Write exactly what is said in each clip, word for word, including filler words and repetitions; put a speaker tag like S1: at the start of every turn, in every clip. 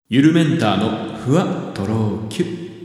S1: ゆるメンターのふわとろきゅ。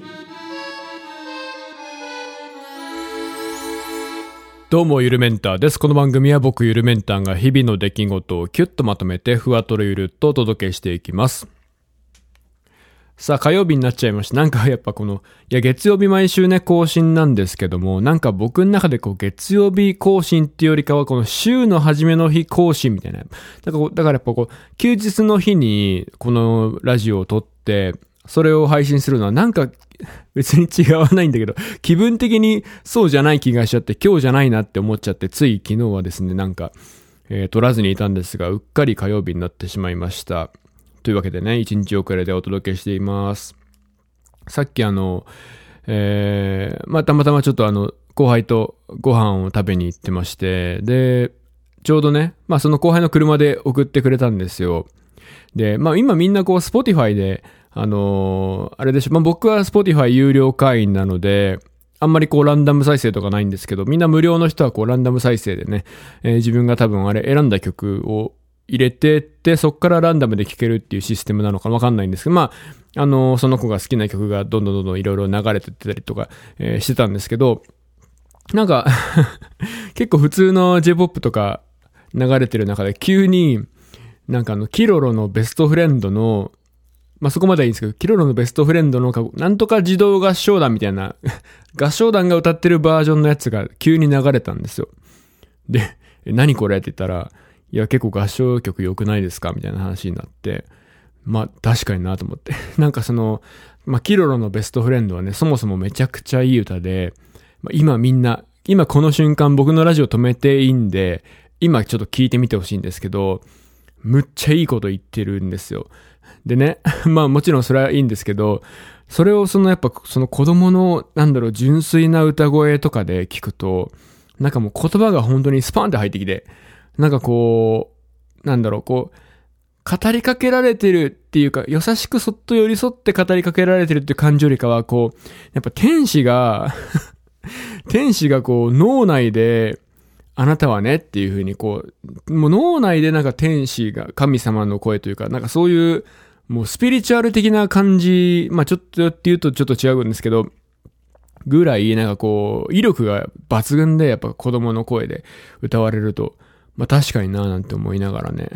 S1: どうもゆるメンターです。この番組は僕ゆるメンターが日々の出来事をキュッとまとめてふわとろゆるっとお届けしていきます。さあ火曜日になっちゃいました。なんかやっぱこのいや月曜日毎週ね更新なんですけども、なんか僕の中でこう月曜日更新っていうよりかはこの週の初めの日更新みたいな。だからだからやっぱこう休日の日にこのラジオを撮ってそれを配信するのはなんか別に違わないんだけど、気分的にそうじゃない気がしちゃって、今日じゃないなって思っちゃって、つい昨日はですねなんか、えー、撮らずにいたんですが、うっかり火曜日になってしまいました。というわけでね、一日遅れでお届けしています。さっきあの、えー、まあ、たまたまちょっとあの、後輩とご飯を食べに行ってまして、で、ちょうどね、まあその後輩の車で送ってくれたんですよ。で、まあ今みんなこう、Spotify で、あのー、あれでしょ、まあ僕は Spotify 有料会員なので、あんまりこうランダム再生とかないんですけど、みんな無料の人はこうランダム再生でね、えー、自分が多分あれ選んだ曲を入れてって、そっからランダムで聴けるっていうシステムなのかわかんないんですけど、まあ、あのー、その子が好きな曲がどんどんどんどんいろいろ流れてってたりとか、えー、してたんですけど、なんか、結構普通の J-ポップ とか流れてる中で急に、なんかあの、キロロのベストフレンドの、まあ、そこまではいいんですけど、キロロのベストフレンドの、なんとか自動合唱団みたいな、合唱団が歌ってるバージョンのやつが急に流れたんですよ。で、何これって言ったら、いや結構合唱曲良くないですかみたいな話になって、まあ確かになと思って。なんかその、まあキロロのベストフレンドはね、そもそもめちゃくちゃいい歌で、まあ、今みんな、今この瞬間僕のラジオ止めていいんで、今ちょっと聞いてみてほしいんですけど、むっちゃいいこと言ってるんですよ。でね、まあもちろんそれはいいんですけど、それをそのやっぱその子供のなんだろう純粋な歌声とかで聞くと、なんかもう言葉が本当にスパンって入ってきて、なんかこう、なんだろう、こう、語りかけられてるっていうか、優しくそっと寄り添って語りかけられてるっていう感情よりかは、こう、やっぱ天使が、天使がこう、脳内で、あなたはねっていう風にこう、もう脳内でなんか天使が神様の声というか、なんかそういう、もうスピリチュアル的な感じ、まあちょっとっていうとちょっと違うんですけど、ぐらいなんかこう、威力が抜群でやっぱ子供の声で歌われると、まあ確かになーなんて思いながらね、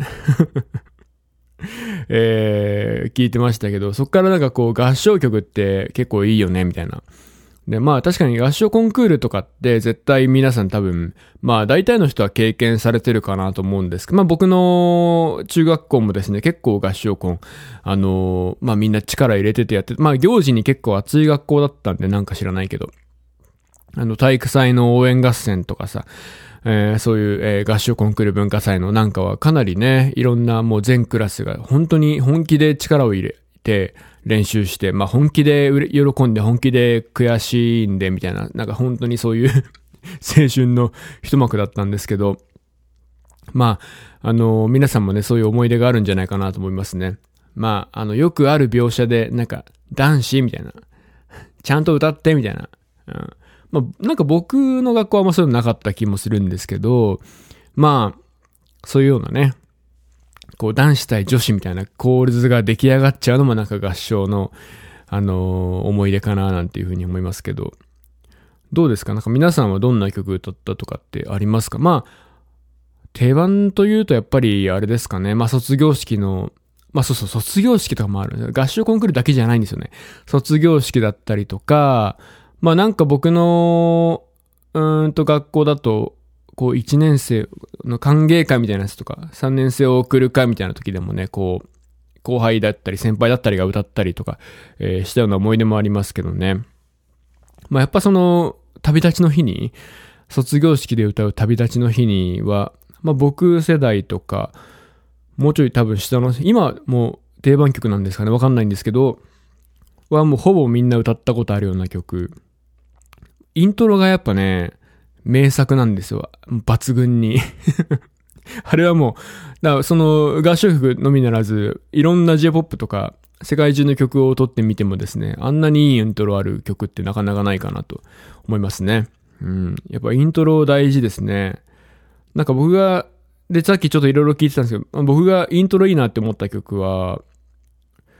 S1: えー、聞いてましたけど、そっからなんかこう合唱曲って結構いいよねみたいな。で、まあ確かに合唱コンクールとかって絶対皆さん多分、まあ大体の人は経験されてるかなと思うんですけど、まあ僕の中学校もですね、結構合唱コン、あのー、まあみんな力入れててやって、まあ行事に結構熱い学校だったんでなんか知らないけど、あの体育祭の応援合戦とかさ、えー、そういう、えー、合唱コンクール文化祭のなんかはかなりね、いろんなもう全クラスが本当に本気で力を入れて練習して、まあ本気で喜んで本気で悔しいんでみたいな、なんか本当にそういう青春の一幕だったんですけど、まあ、あのー、皆さんもね、そういう思い出があるんじゃないかなと思いますね。まあ、あの、よくある描写で、なんか、男子みたいな、ちゃんと歌ってみたいな、うんまあ、なんか僕の学校はあんまそういうのなかった気もするんですけど、まあ、そういうようなね、こう男子対女子みたいな構図が出来上がっちゃうのもなんか合唱の、あのー、思い出かななんていうふうに思いますけど、どうですか？なんか皆さんはどんな曲歌ったとかってありますか？まあ、定番というとやっぱりあれですかね、まあ卒業式の、まあそうそう、卒業式とかもある。合唱コンクールだけじゃないんですよね。卒業式だったりとか、まあなんか僕の、うーんと学校だと、こういちねん生の歓迎会みたいなやつとか、さんねん生を送る会みたいな時でもね、こう、後輩だったり先輩だったりが歌ったりとか、えー、したような思い出もありますけどね。まあやっぱその、旅立ちの日に、卒業式で歌う旅立ちの日には、まあ僕世代とか、もうちょい多分下の、今もう定番曲なんですかね、わかんないんですけど、はもうほぼみんな歌ったことあるような曲。イントロがやっぱね、名作なんですよ。抜群に。あれはもう、だからその合唱曲のみならず、いろんな J-ポップ とか、世界中の曲を撮ってみてもですね、あんなにいいイントロある曲ってなかなかないかなと思いますね。うん。やっぱイントロ大事ですね。なんか僕が、で、さっきちょっといろいろ聞いてたんですけど、僕がイントロいいなって思った曲は、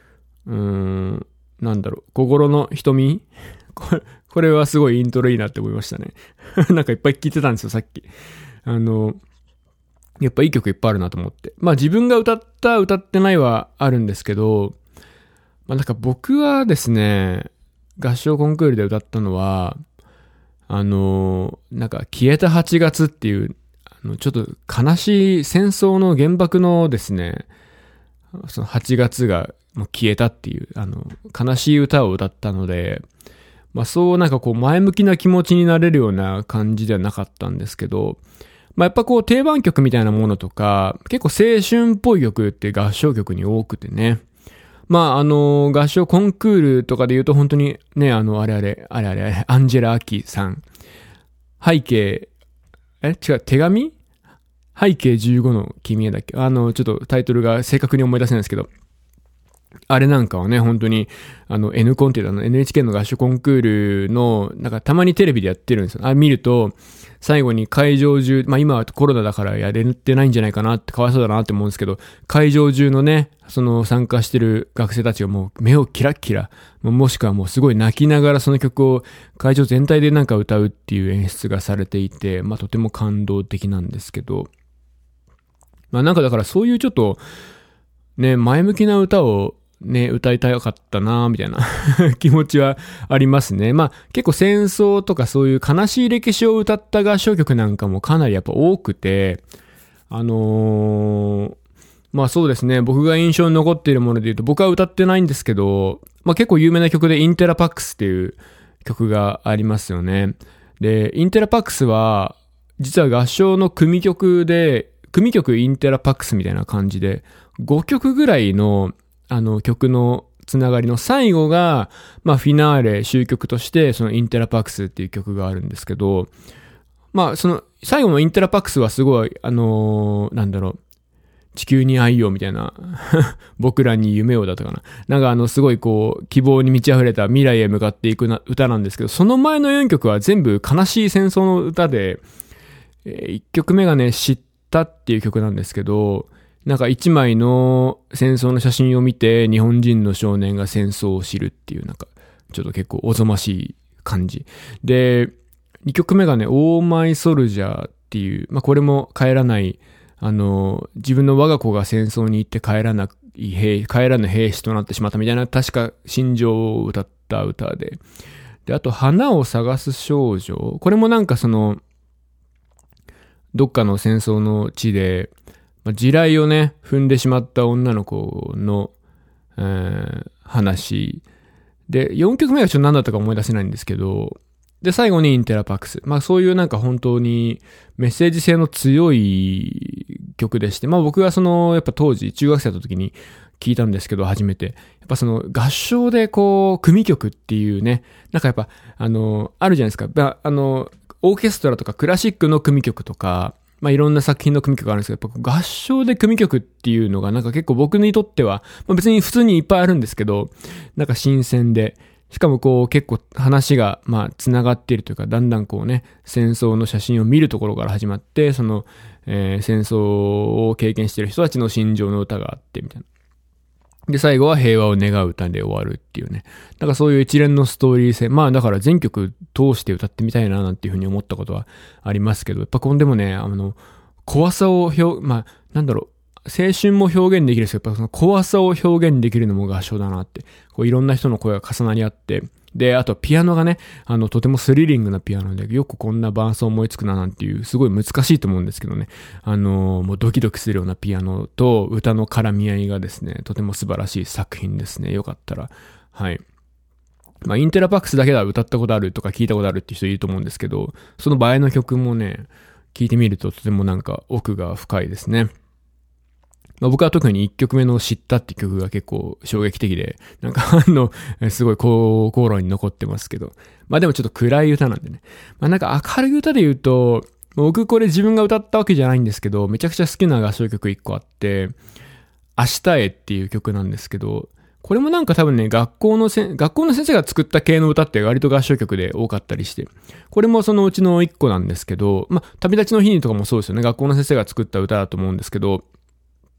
S1: うーん、なんだろう、心の瞳これ、これはすごいイントロいいなって思いましたね。なんかいっぱい聴いてたんですよ、さっき。あの、やっぱいい曲いっぱいあるなと思って。まあ自分が歌った、歌ってないはあるんですけど、まあなんか僕はですね、合唱コンクールで歌ったのは、あの、なんか消えたはちがつっていう、あの、ちょっと悲しい戦争の原爆のですね、そのはちがつがもう消えたっていう、あの、悲しい歌を歌ったので、まあそうなんかこう前向きな気持ちになれるような感じではなかったんですけど、まあやっぱこう定番曲みたいなものとか、結構青春っぽい曲って合唱曲に多くてね。まああの、合唱コンクールとかで言うと本当にね、あの、あれあれ、あれあれあれ、アンジェラ・アキさん。背景、え違う、手紙背景じゅうごの君へだっけあの、ちょっとタイトルが正確に思い出せないんですけど、あれなんかはね、本当に、あの、N コンっていうあの エヌエイチケー の合唱コンクールの、なんかたまにテレビでやってるんですよ。あれ見ると、最後に会場中、まあ今はコロナだからやれてないんじゃないかなって、かわいそうだなって思うんですけど、会場中のね、その参加してる学生たちがもう目をキラッキラ、もしくはもうすごい泣きながらその曲を会場全体でなんか歌うっていう演出がされていて、まあとても感動的なんですけど、まあなんかだからそういうちょっと、ね、前向きな歌をね、歌いたかったなみたいな気持ちはありますね。まあ結構戦争とかそういう悲しい歴史を歌った合唱曲なんかもかなりやっぱ多くて、あのー、まあそうですね、僕が印象に残っているもので言うと、僕は歌ってないんですけど、まあ結構有名な曲でインテラパックスっていう曲がありますよね。で、インテラパックスは、実は合唱の組曲で、組曲インテラパックスみたいな感じで、ごきょくぐらいのあの曲のつながりの最後が、まあフィナーレ終曲としてそのインテラパックスっていう曲があるんですけど、まあその最後のインテラパックスはすごい、あのー、なんだろう、地球に愛をみたいな、僕らに夢をだったかな。なんかあのすごいこう希望に満ち溢れた未来へ向かっていくな歌なんですけど、その前のよんきょくは全部悲しい戦争の歌で、えー、いっきょくめがね、知ったっていう曲なんですけど、なんか一枚の戦争の写真を見て日本人の少年が戦争を知るっていうなんかちょっと結構おぞましい感じ。で、にきょくめがね、オーマイソルジャーっていう、まあこれも帰らない、あの、自分の我が子が戦争に行って帰らない兵、帰らぬ兵士となってしまったみたいな確か心情を歌った歌で。で、あと花を探す少女。これもなんかその、どっかの戦争の地で、地雷をね、踏んでしまった女の子の、えー、話。で、よんきょくめはちょっと何だったか思い出せないんですけど、で、最後にインテラパックス。まあそういうなんか本当にメッセージ性の強い曲でして、まあ僕がその、やっぱ当時中学生だった時に聞いたんですけど、初めて。やっぱその合唱でこう、組曲っていうね、なんかやっぱ、あの、あるじゃないですか。あの、オーケストラとかクラシックの組曲とか、まあいろんな作品の組曲があるんですけど、やっぱ合唱で組曲っていうのがなんか結構僕にとっては、まあ別に普通にいっぱいあるんですけど、なんか新鮮で、しかもこう結構話がまあ繋がっているというか、だんだんこうね、戦争の写真を見るところから始まって、その、えー、戦争を経験している人たちの心情の歌があってみたいな。で、最後は平和を願う歌で終わるっていうね。だからそういう一連のストーリー性。まあだから全曲通して歌ってみたいななんていうふうに思ったことはありますけど、やっぱこんでもね、あの、怖さを表、まあなんだろう、青春も表現できるんですけど、やっぱその怖さを表現できるのも合唱だなって。こういろんな人の声が重なり合って、で、あとピアノがね、あの、とてもスリリングなピアノで、よくこんな伴奏思いつくななんていう、すごい難しいと思うんですけどね。あの、もうドキドキするようなピアノと歌の絡み合いがですね、とても素晴らしい作品ですね。よかったら。はい。まあ、インテラパックスだけでは歌ったことあるとか聞いたことあるって人いると思うんですけど、その場合の曲もね、聞いてみるととてもなんか奥が深いですね。まあ、僕は特にいっきょくめの知ったって曲が結構衝撃的で、なんかあの、すごい心に残ってますけど。まあでもちょっと暗い歌なんでね。まあなんか明るい歌で言うと、僕これ自分が歌ったわけじゃないんですけど、めちゃくちゃ好きな合唱曲いっこあって、明日へっていう曲なんですけど、これもなんか多分ね、学校のせ、学校の先生が作った系の歌って割と合唱曲で多かったりして、これもそのうちのいっこなんですけど、まあ旅立ちの日にとかもそうですよね。学校の先生が作った歌だと思うんですけど、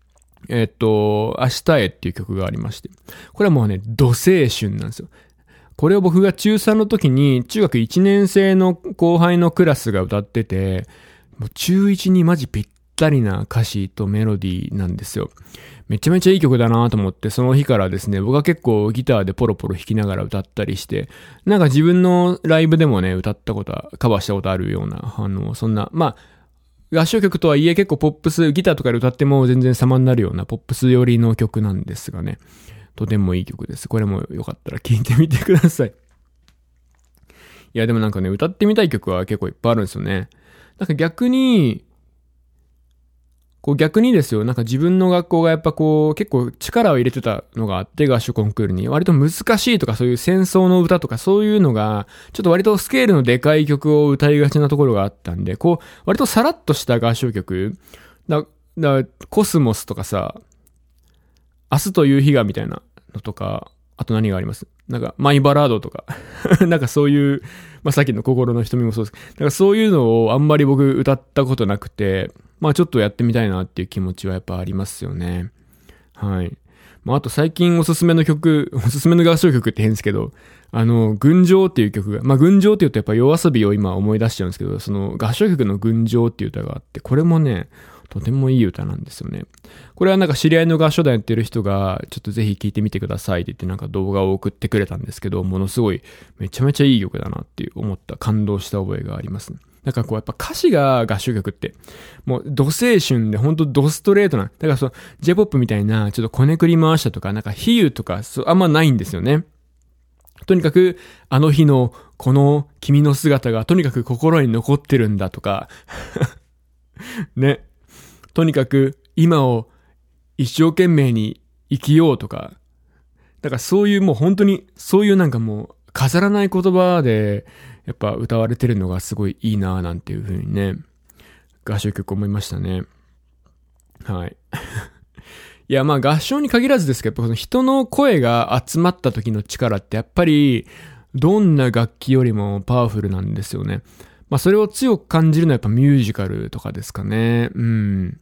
S1: えっと、明日へっていう曲がありまして。これはもうね、土青春なんですよ。これを僕が中さんの時に、中学いちねん生の後輩のクラスが歌ってて、もう中いちにマジぴったりな歌詞とメロディーなんですよ。めちゃめちゃいい曲だなと思って、その日からですね、僕は結構ギターでポロポロ弾きながら歌ったりして、なんか自分のライブでもね、歌ったことは、カバーしたことあるような、あの、そんな、まあ、合唱曲とはいえ結構ポップス、ギターとかで歌っても全然様になるようなポップス寄りの曲なんですがね。とてもいい曲です。これもよかったら聴いてみてください。いや、でもなんかね、歌ってみたい曲は結構いっぱいあるんですよね。なんか逆に、こう逆にですよ、なんか自分の学校がやっぱこう結構力を入れてたのがあって、合唱コンクールに。割と難しいとかそういう戦争の歌とかそういうのが、ちょっと割とスケールのでかい曲を歌いがちなところがあったんで、こう、割とさらっとした合唱曲、だ、だ、コスモスとかさ、明日という日がみたいなのとか、あと何があります？なんか、マイバラードとか。なんかそういう、まあ、さっきの心の瞳もそうです。なんかそういうのをあんまり僕歌ったことなくて、まあちょっとやってみたいなっていう気持ちはやっぱありますよね。はい。まああと最近おすすめの曲、おすすめの合唱曲って変ですけど、あの、群青っていう曲が、まあ群青って言うとやっぱ夜遊びを今思い出しちゃうんですけど、その合唱曲の群青っていう歌があって、これもね、とてもいい歌なんですよね。これはなんか知り合いの合唱団やってる人が、ちょっとぜひ聴いてみてくださいって言ってなんか動画を送ってくれたんですけど、ものすごいめちゃめちゃいい曲だなっていう思った感動した覚えがありますね。なんかこうやっぱ歌詞が合唱曲って、もうド青春でほんとドストレートな、だからその J-ポップ みたいなちょっとこねくり回したとか、なんか比喩とかそうあんまないんですよね。とにかくあの日のこの君の姿がとにかく心に残ってるんだとか、ね。とにかく今を一生懸命に生きようとか、だからそういうもう本当にそういうなんかもう飾らない言葉でやっぱ歌われてるのがすごいいいなぁなんていう風にね、合唱曲思いましたね。はい。いやまあ合唱に限らずですけど、人の声が集まった時の力ってやっぱりどんな楽器よりもパワフルなんですよね。まあそれを強く感じるのはやっぱミュージカルとかですかね。うん。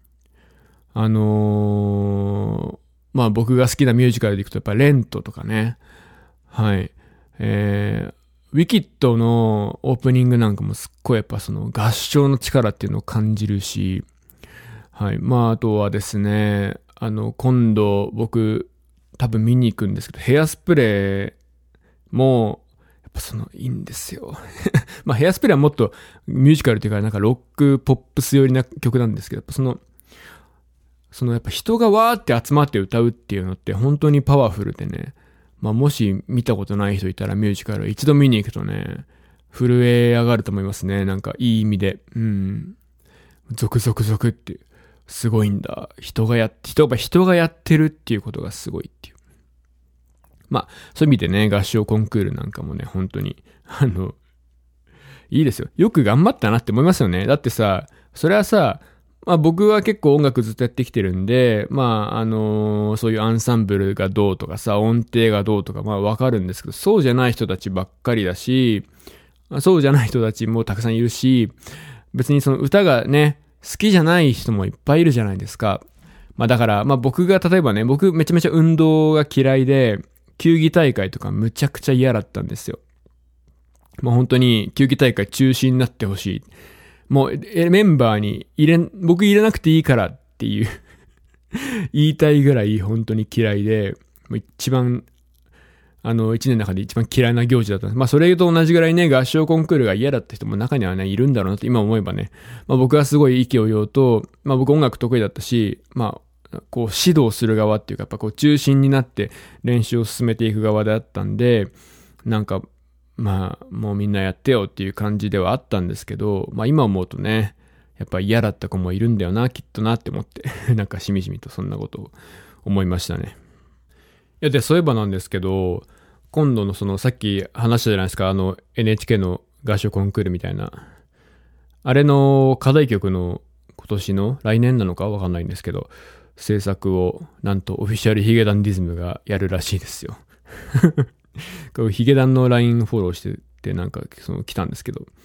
S1: あのー、まあ僕が好きなミュージカルでいくとやっぱレントとかね。はい。えー、ウィキッドのオープニングなんかもすっごいやっぱその合唱の力っていうのを感じるし、はい。まああとはですね、あの今度僕多分見に行くんですけど、ヘアスプレーもやっぱそのいいんですよ。まあヘアスプレーはもっとミュージカルというかなんかロックポップス寄りな曲なんですけど、やっぱそのそのやっぱ人がわーって集まって歌うっていうのって本当にパワフルでね。まあもし見たことない人いたらミュージカル一度見に行くとね、震え上がると思いますね。なんかいい意味で。うん。ゾクゾクゾクっていう。すごいんだ。人がやって、人が、人がやってるっていうことがすごいっていう。まあ、そういう意味でね、合唱コンクールなんかもね、本当に、あの、いいですよ。よく頑張ったなって思いますよね。だってさ、それはさ、まあ僕は結構音楽ずっとやってきてるんで、まああのー、そういうアンサンブルがどうとかさ、音程がどうとかまあわかるんですけど、そうじゃない人たちばっかりだし、そうじゃない人たちもたくさんいるし、別にその歌がね、好きじゃない人もいっぱいいるじゃないですか。まあだから、まあ僕が例えばね、僕めちゃめちゃ運動が嫌いで、球技大会とかむちゃくちゃ嫌だったんですよ。もう本当に球技大会中止になってほしい。もうメンバーに入れ、僕入れなくていいからっていう言いたいぐらい本当に嫌いで、もう一番、あの、一年の中で一番嫌いな行事だったんです。まあそれと同じぐらいね、合唱コンクールが嫌だった人も中にはね、いるんだろうなって今思えばね。まあ僕はすごい意気揚々と、まあ僕音楽得意だったし、まあ、こう指導する側っていうか、やっぱこう中心になって練習を進めていく側であったんで、なんか、まあ、もうみんなやってよっていう感じではあったんですけど、まあ今思うとね、やっぱ嫌だった子もいるんだよな、きっとなって思って、なんかしみじみとそんなことを思いましたね。いや、で、そういえばなんですけど、今度のそのさっき話したじゃないですか、あの エヌエイチケー の合唱コンクールみたいな。あれの課題曲の今年の来年なのかわかんないんですけど、制作をなんとオフィシャルヒゲダンディズムがやるらしいですよ。ヒゲダンの ライン フォローしててなんかその来たんですけど、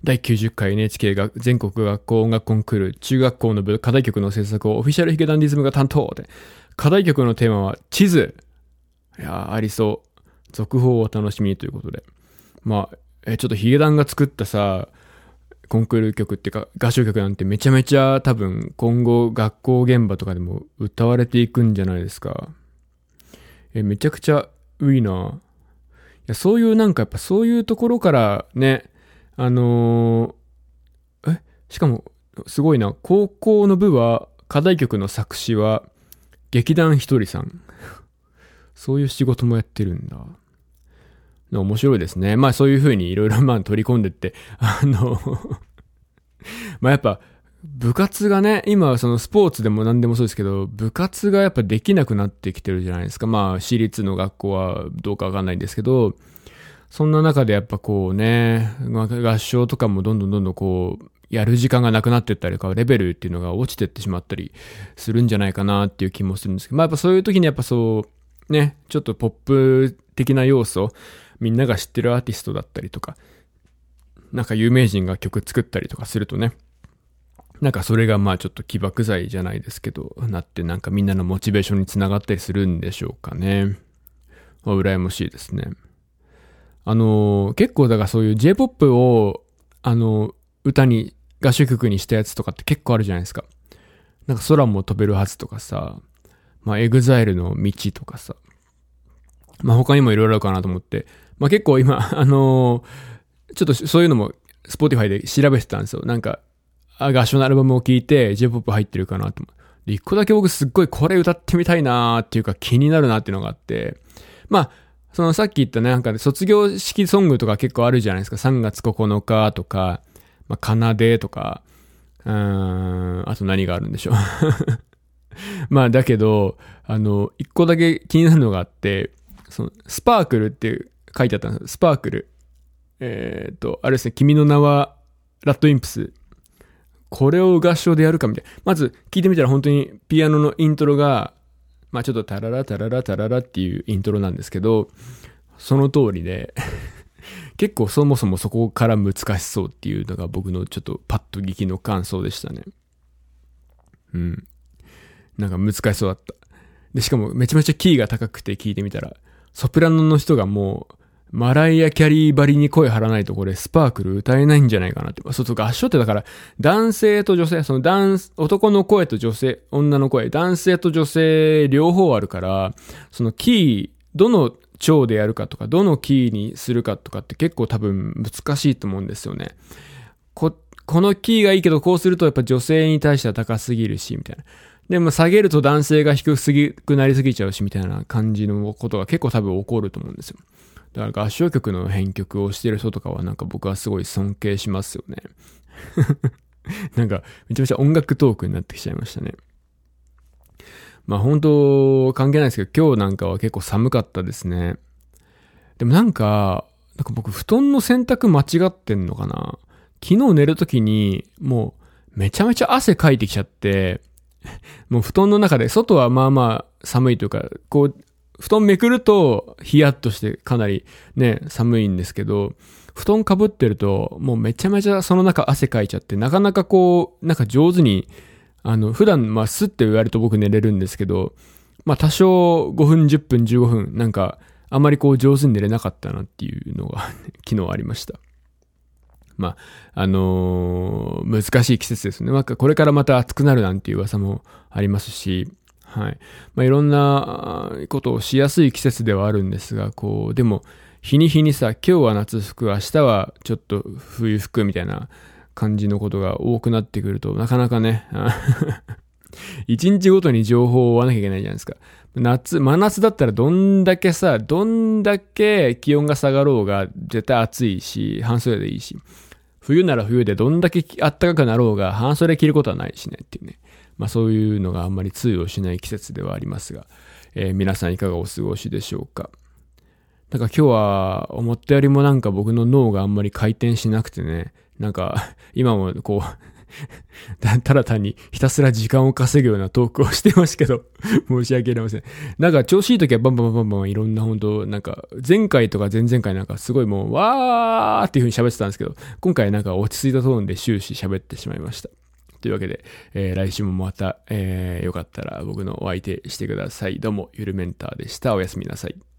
S1: だいきゅうじゅっかい エヌエイチケー が全国学校音楽コンクール中学校の部課題曲の制作をオフィシャルヒゲダンディズムが担当で、課題曲のテーマは地図。いやー、ありそう。続報をお楽しみにということで。まあ、え、ちょっとヒゲダンが作ったさ、コンクール曲っていうか合唱曲なんてめちゃめちゃ多分今後学校現場とかでも歌われていくんじゃないですか。え、めちゃくちゃいいな。いや、そういうなんかやっぱそういうところからね、あのー、え、しかもすごいな。高校の部は課題曲の作詞は劇団ひとりさん。そういう仕事もやってるんだ。面白いですね。まあそういう風にいろいろまあ取り込んでって、あの、まあやっぱ部活がね、今はそのスポーツでも何でもそうですけど、部活がやっぱできなくなってきてるじゃないですか。まあ私立の学校はどうかわかんないんですけど、そんな中でやっぱこうね、合唱とかもどんどんどんどんこう、やる時間がなくなってったりとか、レベルっていうのが落ちてってしまったりするんじゃないかなっていう気もするんですけど、まあやっぱそういう時にやっぱそうね、ちょっとポップ的な要素、みんなが知ってるアーティストだったりとか、なんか有名人が曲作ったりとかするとね、なんかそれがまあちょっと起爆剤じゃないですけど、なってなんかみんなのモチベーションにつながったりするんでしょうかね。まあ、羨ましいですね。あのー、結構だからそういう J-ポップ を、あのー、歌に、合唱曲にしたやつとかって結構あるじゃないですか。なんか空も飛べるはずとかさ、まあ エグザイル の道とかさ、まあ他にもいろいろあるかなと思って、まあ結構今、あのー、ちょっとそういうのも Spotify で調べてたんですよ。なんか、合唱のアルバムを聴いて J-ポップ 入ってるかなと思う。で、一個だけ僕すっごいこれ歌ってみたいなーっていうか気になるなっていうのがあって、まあ、そのさっき言ったね、なんか卒業式ソングとか結構あるじゃないですか。さんがつここのかとか、まあ、奏でとか、うーん、あと何があるんでしょう。まあだけど、あの、一個だけ気になるのがあって、そのスパークルって書いてあったんですよ。スパークル。えー、っと、あれですね、君の名はラッドインプス。これを合唱でやるかみたいな。まず聞いてみたら本当にピアノのイントロが、まあちょっとタララタララタララっていうイントロなんですけど、その通りで、結構そもそもそこから難しそうっていうのが僕のちょっとパッと聞きの感想でしたね。うん。なんか難しそうだった。で、しかもめちゃめちゃキーが高くて聞いてみたら、ソプラノの人がもう、マライア・キャリーばりに声張らないとこれスパークル歌えないんじゃないかなって。そうそう、合唱ってだから男性と女性、その男、男の声と女性、女の声、男性と女性両方あるから、そのキー、どの調でやるかとか、どのキーにするかとかって結構多分難しいと思うんですよね。こ、このキーがいいけどこうするとやっぱ女性に対しては高すぎるし、みたいな。でも下げると男性が低すぎくなりすぎちゃうし、みたいな感じのことが結構多分起こると思うんですよ。だから合唱曲の編曲をしてる人とかはなんか僕はすごい尊敬しますよね。なんかめちゃめちゃ音楽トークになってきちゃいましたね。まあ本当関係ないですけど今日なんかは結構寒かったですね。でもなんか、なんか僕布団の選択間違ってんのかな。昨日寝るときにもうめちゃめちゃ汗かいてきちゃって、もう布団の中で外はまあまあ寒いというか、こう布団めくるとヒヤッとしてかなりね、寒いんですけど、布団かぶってるともうめちゃめちゃその中汗かいちゃって、なかなかこう、なんか上手に、あの、普段まあスッて言われると僕寝れるんですけど、まあ多少ごふん、じゅっぷん、じゅうごふん、なんかあまりこう上手に寝れなかったなっていうのが昨日ありました。まあ、あのー、難しい季節ですね。なんかこれからまた暑くなるなんていう噂もありますし、はい。まあ、いろんなことをしやすい季節ではあるんですが、こう、でも、日に日にさ、今日は夏服、明日はちょっと冬服みたいな感じのことが多くなってくると、なかなかね、一日ごとに情報を追わなきゃいけないじゃないですか。夏、真夏だったらどんだけさ、どんだけ気温が下がろうが絶対暑いし、半袖でいいし、冬なら冬でどんだけ暖かくなろうが半袖着ることはないしねっていうね。まあそういうのがあんまり通用しない季節ではありますが、えー、皆さんいかがお過ごしでしょうか。なんか今日は思ったよりもなんか僕の脳があんまり回転しなくてね、なんか今もこうただ単にひたすら時間を稼ぐようなトークをしてますけど、申し訳ありません。なんか調子いい時はバンバンバンバンいろんな本当なんか前回とか前々回なんかすごいもうわーっていう風に喋ってたんですけど、今回なんか落ち着いたトーンで終始喋ってしまいました。というわけで、えー、来週もまた、えー、よかったら僕のお相手してください。どうもゆるメンターでした。おやすみなさい。